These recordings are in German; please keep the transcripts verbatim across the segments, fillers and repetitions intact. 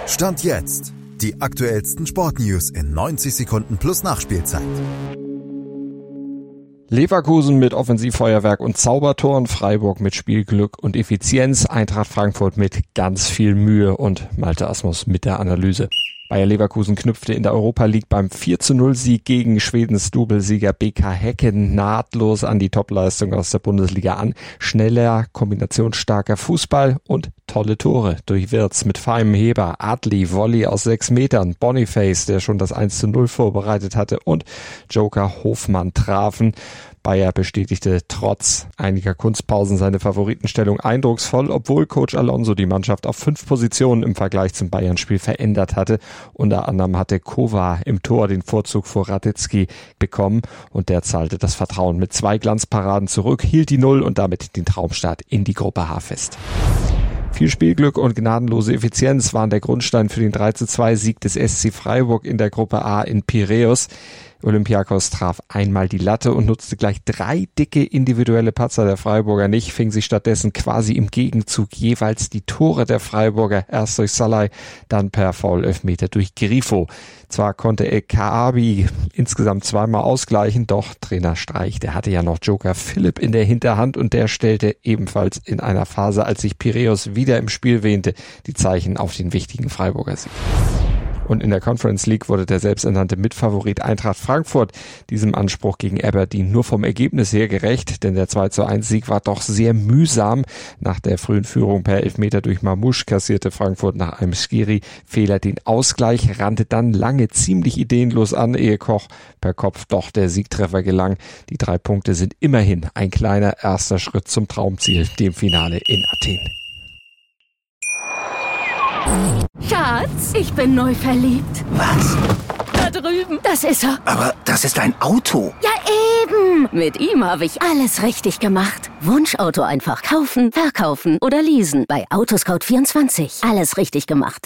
Stand jetzt. Die aktuellsten Sportnews in neunzig Sekunden plus Nachspielzeit. Leverkusen mit Offensivfeuerwerk und Zaubertoren, Freiburg mit Spielglück und Effizienz, Eintracht Frankfurt mit ganz viel Mühe und Malte Asmus mit der Analyse. Bayer Leverkusen knüpfte in der Europa League beim vier zu null Sieg gegen Schwedens Doublesieger B K Häcken nahtlos an die Topleistung aus der Bundesliga an. Schneller, kombinationsstarker Fußball und tolle Tore durch Wirtz mit feinem Heber, Adli, Volley aus sechs Metern, Boniface, der schon das eins zu null vorbereitet hatte, und Joker Hofmann trafen. Bayer bestätigte trotz einiger Kunstpausen seine Favoritenstellung eindrucksvoll, obwohl Coach Alonso die Mannschaft auf fünf Positionen im Vergleich zum Bayern-Spiel verändert hatte. Unter anderem hatte Kova im Tor den Vorzug vor Radetzky bekommen und der zahlte das Vertrauen mit zwei Glanzparaden zurück, hielt die Null und damit den Traumstart in die Gruppe H fest. Viel Spielglück und gnadenlose Effizienz waren der Grundstein für den drei zu zwei Sieg des S C Freiburg in der Gruppe A in Piräus. Olympiakos traf einmal die Latte und nutzte gleich drei dicke individuelle Patzer der Freiburger nicht, fing sich stattdessen quasi im Gegenzug jeweils die Tore der Freiburger, erst durch Salai, dann per Foul-Elfmeter durch Grifo. Zwar konnte El Kaabi insgesamt zweimal ausgleichen, doch Trainer Streich, der hatte ja noch Joker Philipp in der Hinterhand und der stellte ebenfalls in einer Phase, als sich Piräus wieder im Spiel wähnte, die Zeichen auf den wichtigen Freiburger Sieg. Und in der Conference League wurde der selbsternannte Mitfavorit Eintracht Frankfurt diesem Anspruch gegen Aberdeen nur vom Ergebnis her gerecht, denn der zwei zu eins Sieg war doch sehr mühsam. Nach der frühen Führung per Elfmeter durch Mamouche kassierte Frankfurt nach einem Skiri-Fehler den Ausgleich, rannte dann lange ziemlich ideenlos an, ehe Koch per Kopf doch der Siegtreffer gelang. Die drei Punkte sind immerhin ein kleiner erster Schritt zum Traumziel, dem Finale in Athen. Schatz, ich bin neu verliebt. Was? Da drüben. Das ist er. Aber das ist ein Auto. Ja, eben. Mit ihm habe ich alles richtig gemacht. Wunschauto einfach kaufen, verkaufen oder leasen. Bei Autoscout vierundzwanzig. Alles richtig gemacht.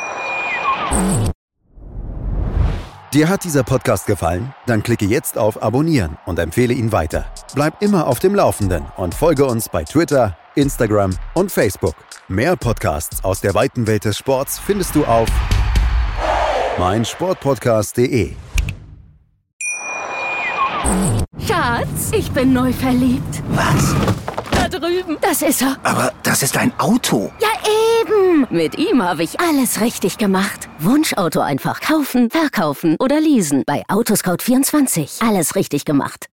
Dir hat dieser Podcast gefallen? Dann klicke jetzt auf Abonnieren und empfehle ihn weiter. Bleib immer auf dem Laufenden und folge uns bei Twitter, Instagram und Facebook. Mehr Podcasts aus der weiten Welt des Sports findest du auf meinsportpodcast punkt de. Schatz, ich bin neu verliebt. Was? Da drüben. Das ist er. Aber das ist ein Auto. Ja, eben. Mit ihm habe ich alles richtig gemacht. Wunschauto einfach kaufen, verkaufen oder leasen. Bei Autoscout vierundzwanzig. Alles richtig gemacht.